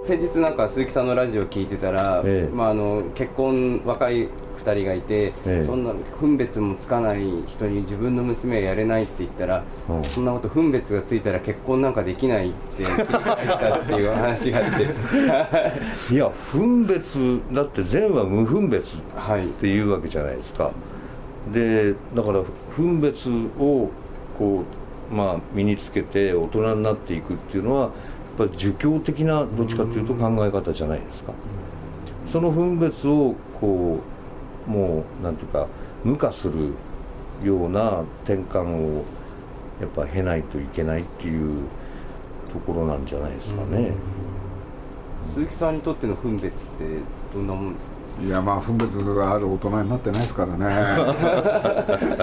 先日なんか鈴木さんのラジオ聞いてたら、結婚若い2人がいて、そんな分別もつかない人に自分の娘はやれないって言ったら、そんなこと分別がついたら結婚なんかできないって繰り返したっていう話があっていや分別だって善は無分別っていうわけじゃないですか、でだから分別をこう、身につけて大人になっていくっていうのはやっぱり儒教的などっちかというと考え方じゃないですか。その分別をこうもうなんていうか無化するような転換をやっぱ経ないといけないっていうところなんじゃないですかね。 鈴木さんにとっての分別ってどんなもんですか？ いや分別がある大人になってないですからね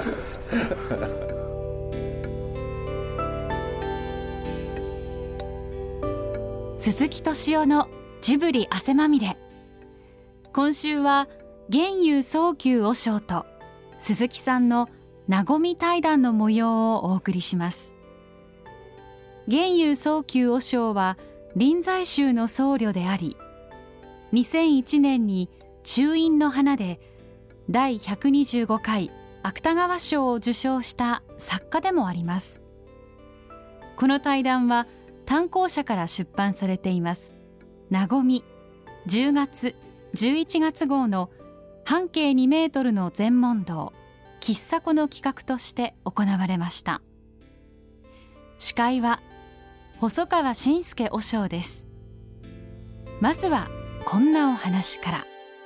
鈴木敏夫のジブリ汗まみれ。今週は玄遊早久和尚と鈴木さんの和み対談の模様をお送りします。玄遊早久和尚は臨済宗の僧侶であり、2001年に中院の花で第125回芥川賞を受賞した作家でもあります。この対談は単行者から出版されています。和み10月11月号の半径2メートルの禅問答喫茶子の企画として行われました。司会は細川信介和尚です。まずはこんなお話から。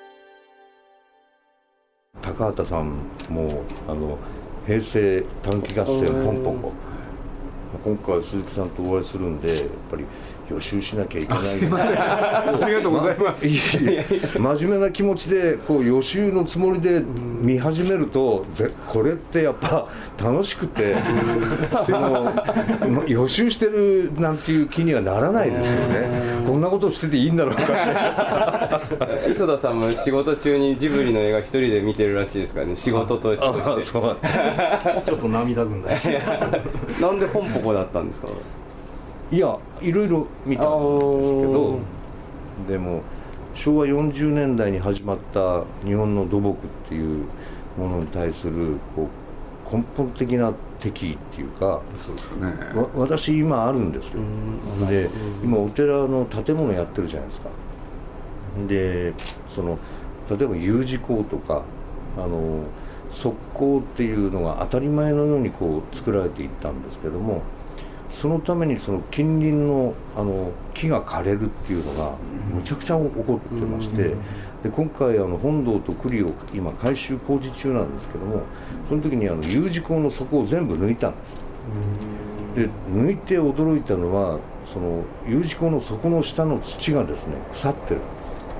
高畑さんも平成短期合戦ポンポコ、今回鈴木さんとお会いするんでやっぱり予習しなきゃいけない。 すいませんありがとうございます。 真面目な気持ちでこう予習のつもりで見始めるとこれってやっぱ楽しくてでも予習してるなんていう気にはならないですよね。こんなことしてていいんだろうかって磯田さんも仕事中にジブリの映画一人で見てるらしいですからね、仕事としてちょっと涙ぐんだしなんでポンポコだったんですか？ いやいろいろ見たんですけど、でも昭和40年代に始まった日本の土木っていうものに対するこう根本的な敵意っていうか、 そうですね、 私今あるんですよ。で今お寺の建物やってるじゃないですか。で例えば U 字工とか側溝っていうのが当たり前のようにこう作られていったんですけども、そのためにその近隣の木が枯れるっていうのがむちゃくちゃ起こってまして、で今回本堂と栗を今改修工事中なんですけども、その時にU 字工の底を全部抜いたんです。で抜いて驚いたのはその U 字工の底の下の土がですね腐ってる。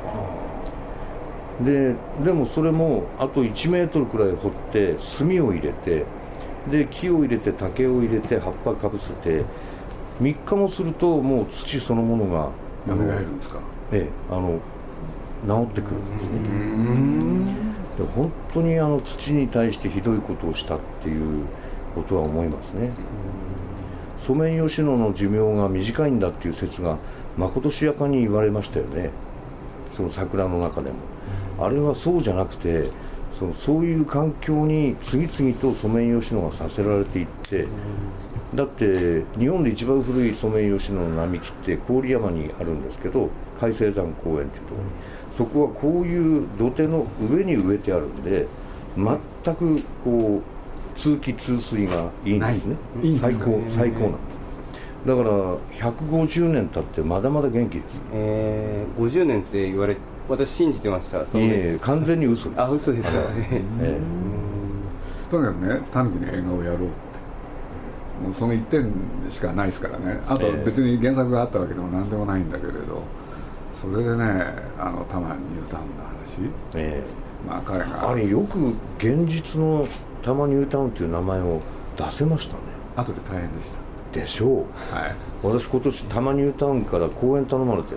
でもそれもあと1メートルくらい掘って炭を入れて、で木を入れて竹を入れて葉っぱかぶせて3日もするともう土そのものが蘇るんですか？ 治ってくるんですね。で本当に土に対してひどいことをしたっていうことは思いますね。ソメイヨシノの寿命が短いんだっていう説がまことしやかに言われましたよね。その桜の中でもあれはそうじゃなくて、そういう環境に次々とソメイヨシノがさせられていって、だって日本で一番古いソメイヨシノの並木って郡山にあるんですけど、海青山公園っていうところに、そこはこういう土手の上に植えてあるんで全くこう通気通水がいいんですね。最高なんです。だから150年経ってまだまだ元気です。 50年って言われて私信じてました。 完全に嘘です。 嘘ですか。 とにかくね、タヌキの映画をやろうって、もうその一点しかないですからね。あと別に原作があったわけでも何でもないんだけれど、それでね、タマニュータウンの話、彼があれよく現実のタマニュータウンという名前を出せましたね。 後で大変でしたでしょう。はい、私今年タマニュータウンから講演頼まれてる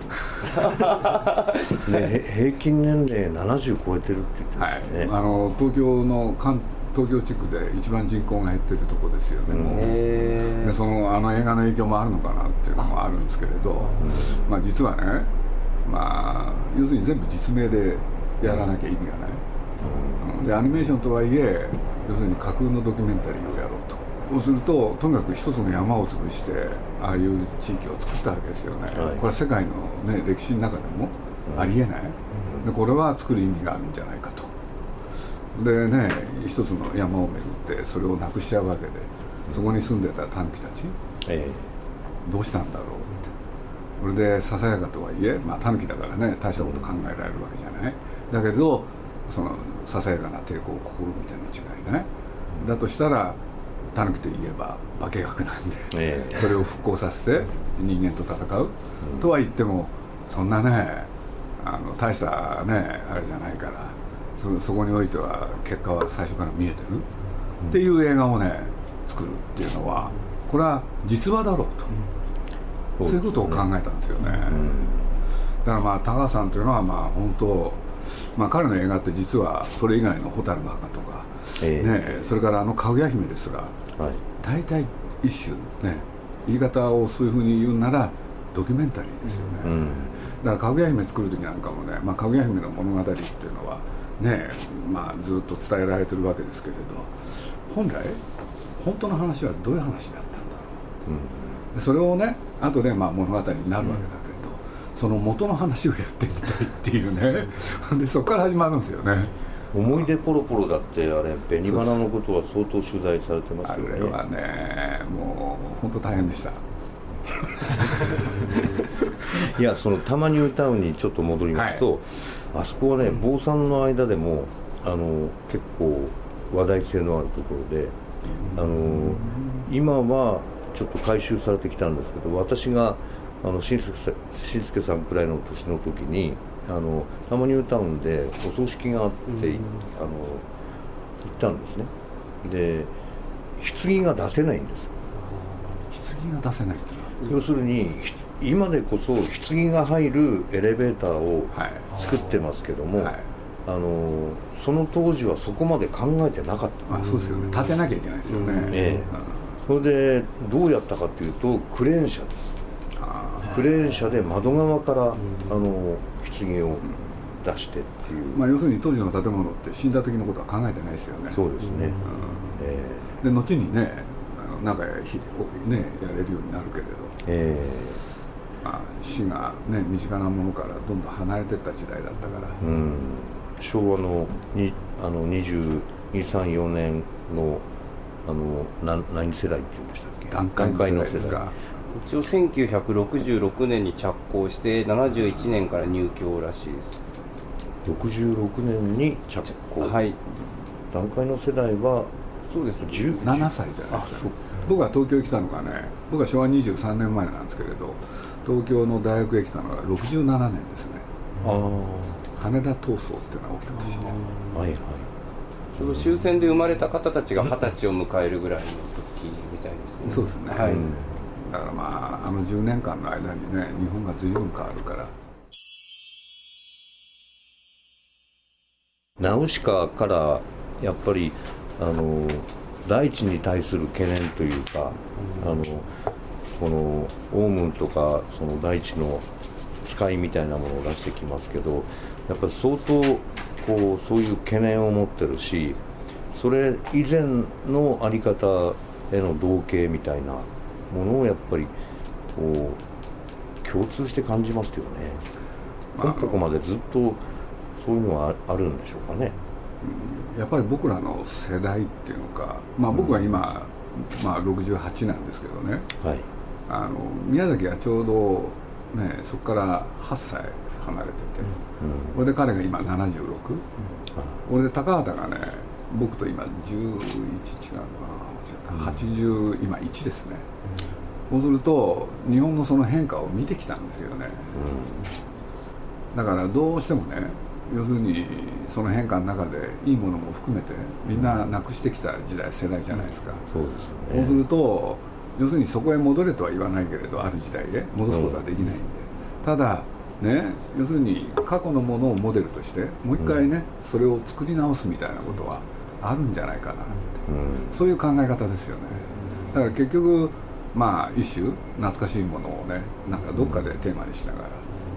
ね、平均年齢70超えてるって言ってましたね。 東京地区で一番人口が減ってるとこですよね。もうで映画の影響もあるのかなっていうのもあるんですけれど、実はね、 まあ要するに全部実名でやらなきゃ意味がない、でアニメーションとはいえ要するに架空のドキュメンタリーをやろうと。そうするととにかく一つの山を潰してああいう地域を作ったわけですよね、これは世界の、ね、歴史の中でもありえない、でこれは作る意味があるんじゃないかと。でね、一つの山を巡ってそれをなくしちゃうわけで、そこに住んでたタヌキたち、どうしたんだろうって。これでささやかとはいえ、まあタヌキだからね大したこと考えられるわけじゃない。だけどそのささやかな抵抗を試みたに違いない。だとしたらタヌキといえば化学なんで、それを復興させて人間と戦う、とは言ってもそんなね大したねあれじゃないから、そこにおいては結果は最初から見えてる、っていう映画をね作るっていうのはこれは実話だろうと、そういうことを考えたんですよね、だからまあ高橋さんというのはまあ本当、まあ、彼の映画って実はそれ以外の「蛍の墓」とか、ね、それからかぐや姫ですら、大体一種ね言い方をそういうふうに言うならドキュメンタリーですよね、だからかぐや姫作る時なんかもね、まあ、かぐや姫の物語っていうのはね、まあ、ずっと伝えられてるわけですけれど、本来本当の話はどういう話だったんだろう、それをね後でまあ物語になるわけだけれど、その元の話をやってみたいっていうねでそこから始まるんですよね。 思い出ポロポロだってあれ紅花のことは相当取材されてますよね。 あれはねもう本当大変でしたいやそのたまに歌うにちょっと戻りますと、あそこはね坊さんの間でも結構話題性のあるところで、今はちょっと回収されてきたんですけど、私が新助さんくらいの年の時にたまに歌うんでお葬式があって行ったんですね。で棺が出せないんです。 棺が出せないっていうのは要するに今でこそ棺が入るエレベーターを作ってますけども、その当時はそこまで考えてなかった。 そうですよね、立てなきゃいけないですよね、 それでどうやったかというとクレーン車です。クレーン車で窓側から棺を出してっていう、 まあ、要するに当時の建物って死んだ時のことは考えてないですよね。 そうですね、 で後にねなんかやれるようになるけれど、まあ、死が、ね、身近なものからどんどん離れていった時代だったから、 昭和の22、34年の何世代っていうんでしたっけ。 段階の世代ですか。 一応1966年に着工して71年から入居らしいです。 66年に着工。 はい。 段階の世代はそうです 17歳じゃないですか。僕が東京に来たのがね、僕は昭和23年前なんですけれど、東京の大学へ来たのが67年ですね。羽田闘争っていうのが起きた年ね。 はいはい。 その終戦で生まれた方たちが20歳を迎えるぐらいの時みたいですね。 そうですね。はい。だからまあ10年間の間にね、日本が随分変わるから。 ナウシカからやっぱり大地に対する懸念というか、このオウムとかその大地の使いみたいなものを出してきますけど、やっぱり相当こうそういう懸念を持ってるし、それ以前のあり方への同型みたいなものをやっぱりこう共通して感じますよね。ここまでずっとそういうのはあるんでしょうかね。 やっぱり僕らの世代っていうのか、まあ、僕は今、68なんですけどね、宮崎はちょうど、ね、そこから8歳離れてて、これで彼が今76、これで高畑がね僕と今11違うのかな、80今1ですね、そうすると日本のその変化を見てきたんですよね、だからどうしてもね、要するにその変化の中でいいものも含めてみんななくしてきた時代世代じゃないですか。そうですよね。そうすると要するにそこへ戻れとは言わないけれど、ある時代へ戻すことはできないんで、ただね、要するに過去のものをモデルとしてもう一回ね、それを作り直すみたいなことはあるんじゃないかなって、そういう考え方ですよね。だから結局まあ一種懐かしいものをね、なんかどっかでテーマにしながら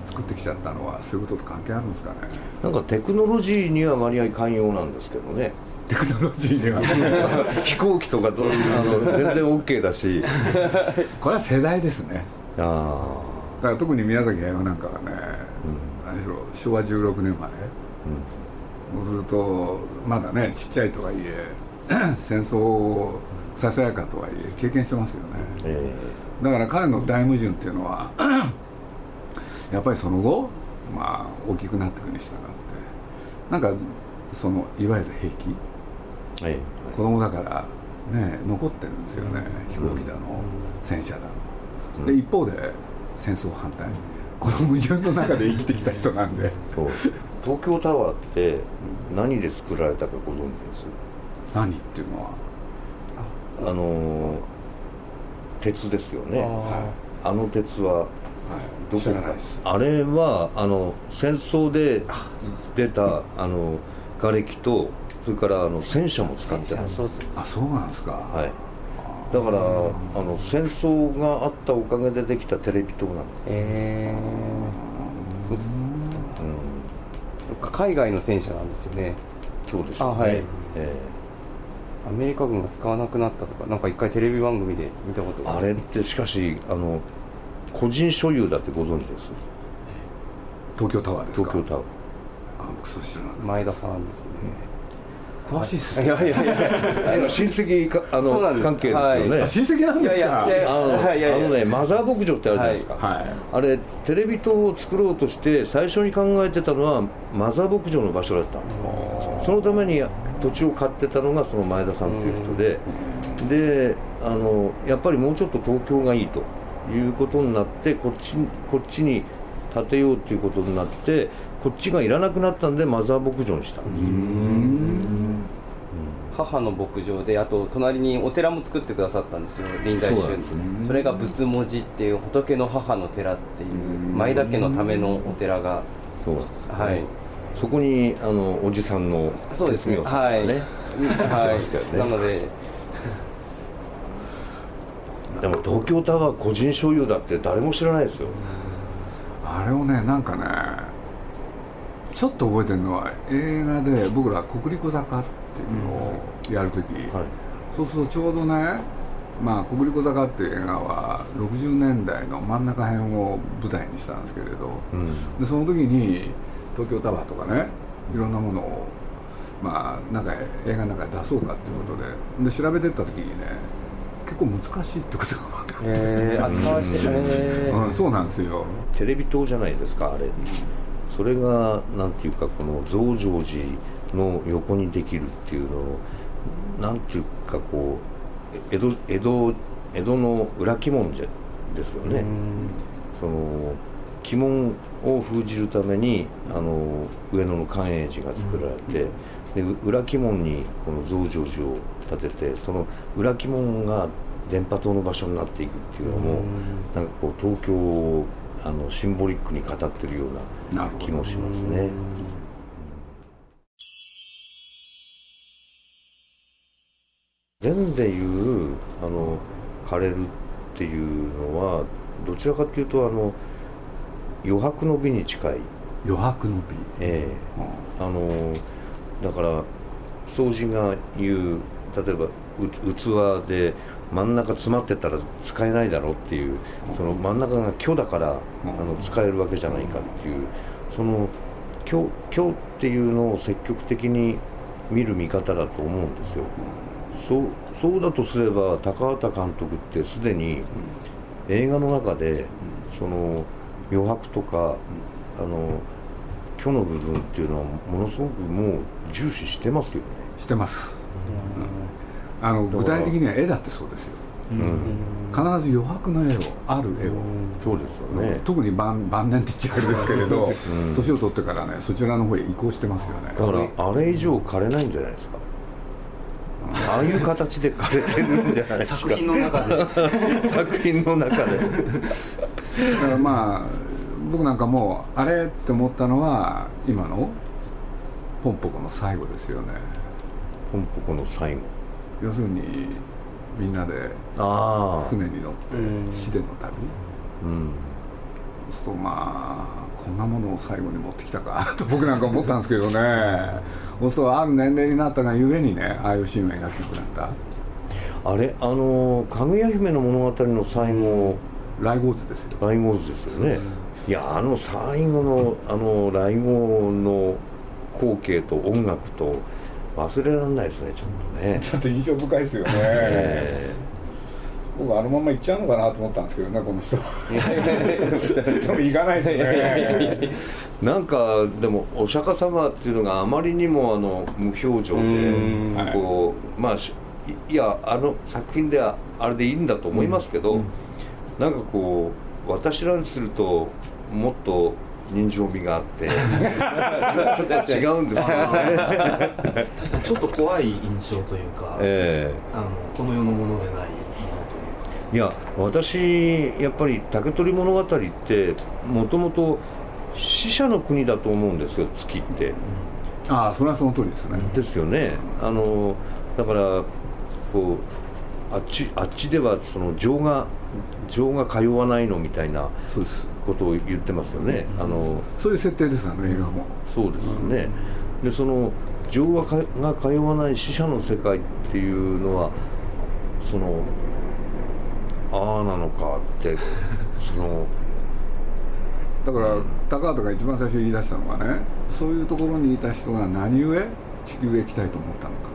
作ってきちゃったのはそういうことと関係あるんですかね。 なんかテクノロジーには割合寛容なんですけどね。 テクノロジーには飛行機とか全然 OK だしこれは世代ですね。 だから特に宮崎駿なんかはね、何しろ昭和16年まで、そうするとまだねちっちゃいとはいえ戦争をささやかとはいえ経験してますよね、だから彼の大矛盾っていうのはやっぱりその後、大きくなっていくに従ってなんかそのいわゆる兵器、子供だからね残ってるんですよね、飛行機だの、戦車だの、で一方で戦争反対、この矛盾の中で生きてきた人なんで東京タワーって何で作られたかご存知です？ 何っていうのは鉄ですよね。あの鉄はどこか、あれは戦争で出た瓦礫とそれから戦車も使ってます。 あ、そうなんですか。 はい。だから戦争があったおかげでできたテレビ塔なんです。 そうですか。海外の戦車なんですよね。 そうですね。 はい。アメリカ軍が使わなくなったとか、なんか一回テレビ番組で見たことがあれってしかし個人所有だってご存知です？ 東京タワーですか？ 東京タワー。 僕そう知らない。 前田さんですね。 詳しいですね。 いや親戚関係ですよね。 親戚なんですか？ マザー牧場ってあるじゃないですか。あれテレビ塔を作ろうとして最初に考えてたのはマザー牧場の場所だったんです。そのために土地を買ってたのがその前田さんという人で、やっぱりもうちょっと東京がいいということになってこっちに建てようということになってこっちがいらなくなったんでマザー牧場にしたんです。 母の牧場で、あと隣にお寺も作ってくださったんですよ、臨済宗。それが仏文字っていう仏の母の寺っていう前田家のためのお寺が、 はい、そこにおじさんの鉄明さんがね、なのででも東京タワー個人所有だって誰も知らないですよ。 あれをね、なんかねちょっと覚えてるのは映画で僕ら国立坂っていうのをやるとき、そうするとちょうどね、国立坂っていう映画は60年代の真ん中辺を舞台にしたんですけれど、でその時に東京タワーとかねいろんなものをなんか映画の中で出そうかっていうことで調べてった時にね結構難しいってことが分かって、そうなんですよ。 テレビ塔じゃないですかあれ、それがなんていうかこの増上寺の横にできるっていうのをなんていうかこう江戸の裏鬼門ですよね。その鬼門を封じるために上野の寛永寺が作られて、で裏鬼門にこの増上寺を建てて、その裏鬼門が電波塔の場所になっていくっていうのもなんかこう東京をシンボリックに語ってるような気もしますね。禅でいう枯れるっていうのはどちらかというと余白の美に近い。 余白の美。 だから掃除が言う例えば器で真ん中詰まってたら使えないだろうっていう、その真ん中が虚だから使えるわけじゃないかっていう、その虚っていうのを積極的に見る見方だと思うんですよ。そうだとすれば高畑監督ってすでに映画の中でその余白とか虚の部分っていうのはものすごくもう重視してますよね。 してます。具体的には絵だってそうですよ。必ず余白の絵をある絵を。 そうですよね。 特に晩年って言っちゃあれですけれど、年を取ってからねそちらの方へ移行してますよね。 だからあれ以上枯れないんじゃないですか。ああいう形で枯れてるんじゃないですか。 作品の中で作品の中でだから僕なんかもうあれって思ったのは今のポンポコの最後ですよね。 ポンポコの最後、 要するにみんなで船に乗って市電の旅、そうするとこんなものを最後に持ってきたかと僕なんか思ったんですけどね。そうある年齢になったがゆえにね、ああいうシーンを描きよくなった。 あれかぐや姫の物語の最後、 ライゴーズですよ。 ライゴーズですよね。いや、最後のライゴの光景と音楽と忘れられないですね。ちょっとね、 ちょっと印象深いですよね。僕あのまま行っちゃうのかなと思ったんですけどね、この人。でも行かないですよね。 なんかでもお釈迦様っていうのがあまりにも無表情で、こう、まあいや作品ではあれでいいんだと思いますけど、なんかこう私らにするともっと人情味があって違うんですよね。 ちょっと怖い印象というか、この世のものでないいや、私やっぱり竹取物語ってもともと死者の国だと思うんですよ、月って。 ああ、それはその通りですね。 ですよね。だからこうあっちではその情が通わないのみたいなことを言ってますよね。 そういう設定です、映画も。 そうですね。でその情が通わない死者の世界っていうのはああなのかってだから高畑が一番最初に言い出したのはね、そういうところにいた人が何故地球へ来たいと思ったのか、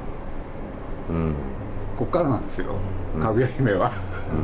こっからなんですよ、かぐや姫は。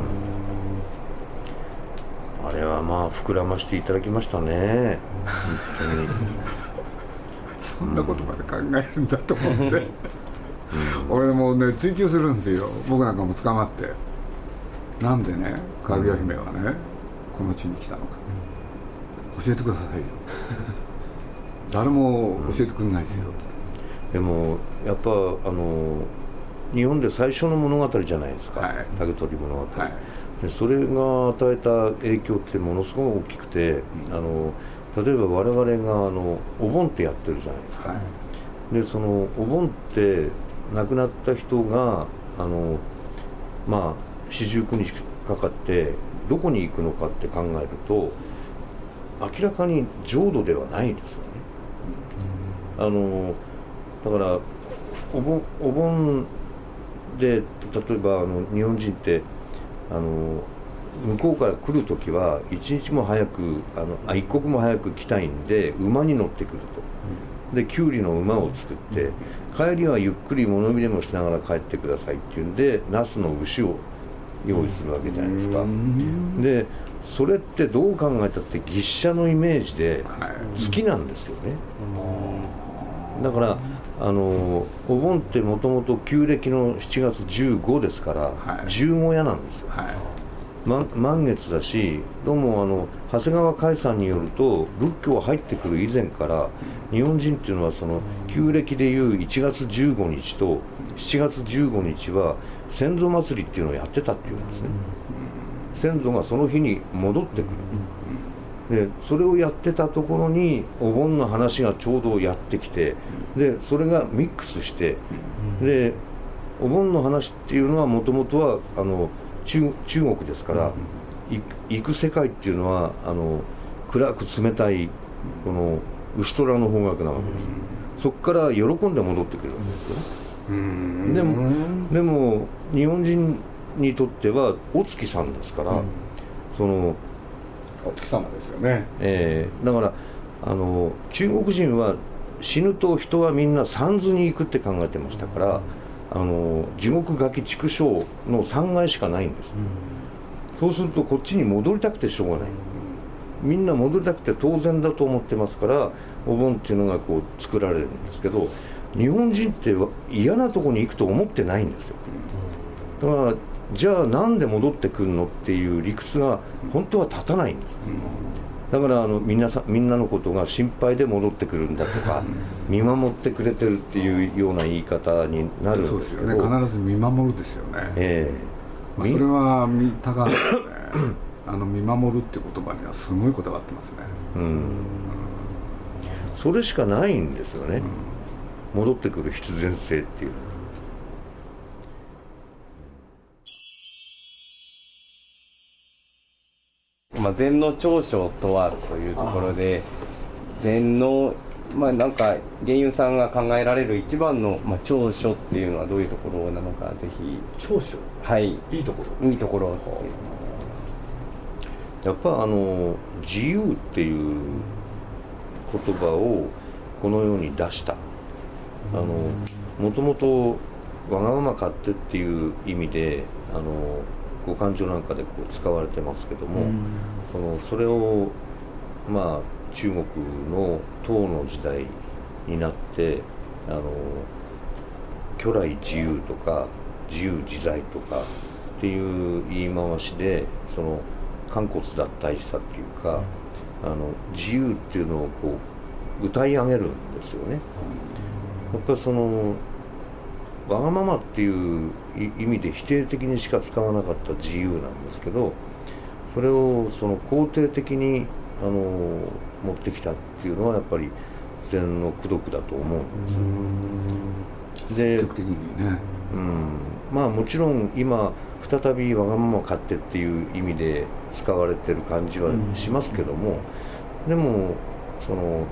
あれはまあ膨らましていただきましたね、本当に。 そんなことまで考えるんだと思って、俺もね追求するんですよ。僕なんかも捕まって、なんでねかぐや姫はね、この地に来たのか、教えてくださいよ。誰も教えてくれないですよ。 でもやっぱ日本で最初の物語じゃないですか、竹取物語、でそれが与えた影響ってものすごく大きくて、例えば我々がお盆ってやってるじゃないですか、でそのお盆って亡くなった人がまあ四十九日かかってどこに行くのかって考えると明らかに浄土ではないですよね。だからお盆で例えば日本人って向こうから来るときは一日も早く一刻も早く来たいんで馬に乗ってくると。でキュウリの馬を作って帰りはゆっくり物見でもしながら帰ってくださいっていうんでナスの牛を用意するわけじゃないですか。でそれってどう考えたって牛車のイメージで好きなんですよね。だからお盆ってもともと旧暦の7月15ですから、十五夜なんですよ、満月だし、どうも長谷川海さんによると仏教が入ってくる以前から日本人っていうのはその旧暦でいう1月15日と7月15日は先祖祭りっていうのをやってたっていうんですね。先祖がその日に戻ってくる。でそれをやってたところにお盆の話がちょうどやってきて、でそれがミックスして、でお盆の話っていうのはもともとは中国ですから、行く世界っていうのは暗く冷たいこの牛虎の方角なわけです。そこから喜んで戻ってくるわけですよね。でも日本人にとってはお月さんですから、 お月様ですよね。 だから中国人は死ぬと人はみんな三途に行くって考えてましたから、地獄餓鬼畜生の3階しかないんです。そうするとこっちに戻りたくてしょうがない。みんな戻りたくて当然だと思ってますから、お盆っていうのがこう作られるんですけど、日本人って嫌なとこに行くと思ってないんですよ。だからじゃあなんで戻ってくるのっていう理屈が本当は立たないんです。だからみんなのことが心配で戻ってくるんだとか見守ってくれてるっていうような言い方になるんですけど、そうですよね、必ず見守るですよね。それは高橋さんね、見守るって言葉にはすごいこだわってますね。 それしかないんですよね、戻ってくる必然性っていう。 禅の長所とはというところで、禅のなんか玄祐さんが考えられる一番の、長所っていうのはどういうところなのか、ぜひ。 長所、 はい、 いいところやっぱ自由っていう言葉をこのように出した。もともとわがまま勝手っていう意味で五感情なんかで使われてますけども、それを中国の唐の時代になって虚来自由とか自由自在とかっていう言い回しでその肝骨脱退したっていうか自由っていうのを歌い上げるんですよね。やっぱりそのわがままっていう意味で否定的にしか使わなかった自由なんですけど、それをその肯定的に持ってきたっていうのはやっぱり禅の功徳だと思うんです。 積極的にね、 もちろん今再びわがまま勝手っていう意味で使われてる感じはしますけども、でもその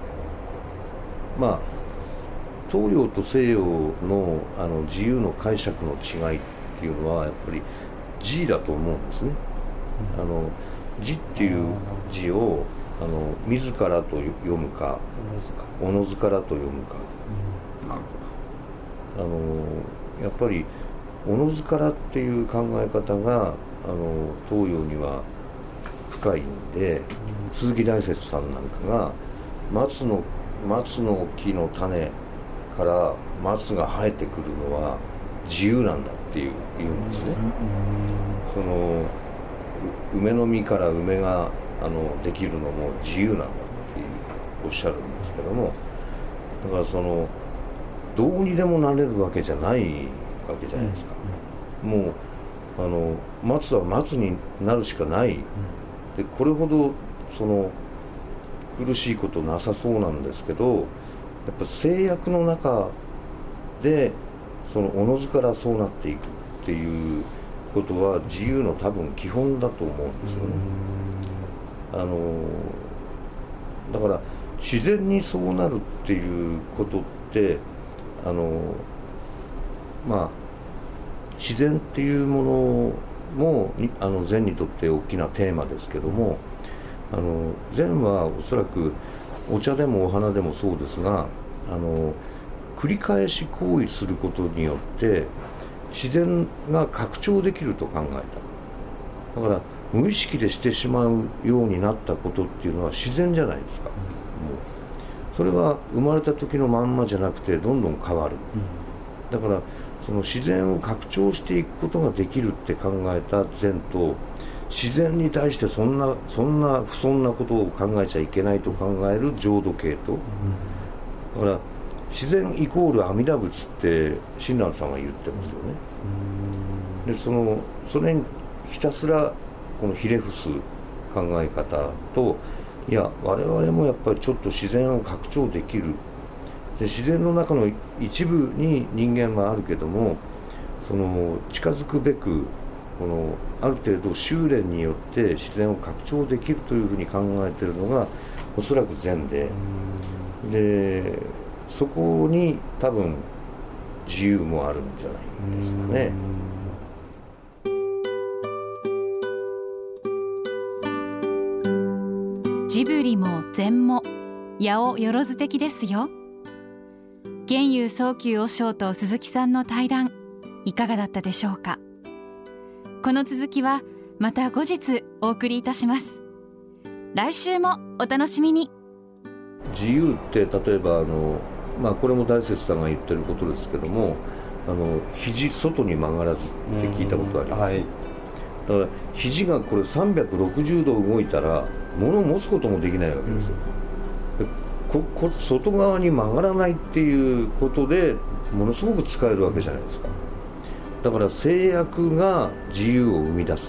東洋と西洋の自由の解釈の違いっていうのはやっぱり字だと思うんですね。字っていう字を自らと読むかおのずからと読むか、 なるほど。やっぱりおのずからっていう考え方が東洋には深いんで、鈴木大拙さんなんかが松の木の種から松が生えてくるのは自由なんだって言うんですね。その梅の実から梅ができるのも自由なんだっておっしゃるんですけども、だからそのどうにでもなれるわけじゃないわけじゃないですか。もう松は松になるしかない。でこれほどその苦しいことなさそうなんですけど、やっぱ制約の中でそのおのずからそうなっていくっていうことは自由の多分基本だと思うんですよね。だから自然にそうなるっていうことって自然っていうものも禅にとって大きなテーマですけども、禅はおそらくお茶でもお花でもそうですが繰り返し行為することによって自然が拡張できると考えた。だから無意識でしてしまうようになったことっていうのは自然じゃないですか。もうそれは生まれた時のまんまじゃなくてどんどん変わる。だからその自然を拡張していくことができるって考えた禅と、自然に対してそんな不遜なことを考えちゃいけないと考える浄土系と、だから自然イコール阿弥陀仏って親鸞さんは言ってますよね。でそれにひたすらこのひれ伏す考え方と、いや我々もやっぱりちょっと自然を拡張できる。で自然の中の一部に人間はあるけども、その近づくべくある程度修練によって自然を拡張できるというふうに考えているのがおそらく禅で、そこに多分自由もあるんじゃないですかね。ジブリも禅も八百万的ですよ。玄祐宗久和尚と鈴木さんの対談、いかがだったでしょうか。この続きはまた後日お送りいたします。来週もお楽しみに。 自由って例えばこれも大拙さんが言ってることですけども、肘外に曲がらずって聞いたことあります、だから肘がこれ360度動いたら物を持つこともできないわけですよ、外側に曲がらないっていうことでものすごく使えるわけじゃないですか。だから制約が自由を生み出す。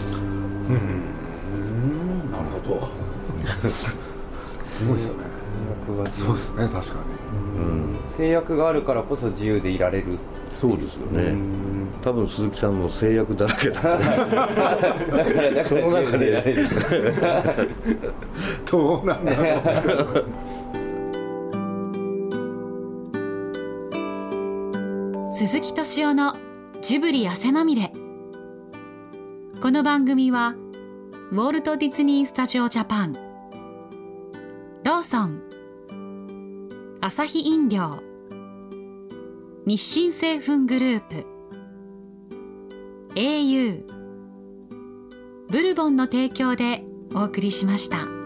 なるほどすごいですよね。そうですね、確かに、 制約があるからこそ自由でいられる。 そうですよね。多分鈴木さんの制約だらけだったその中でどうなんだろう鈴木敏夫のジブリ汗まみれ。この番組はウォルト・ディズニー・スタジオ・ジャパン、ローソン、アサヒ飲料、日清製粉グループ、au、ブルボンの提供でお送りしました。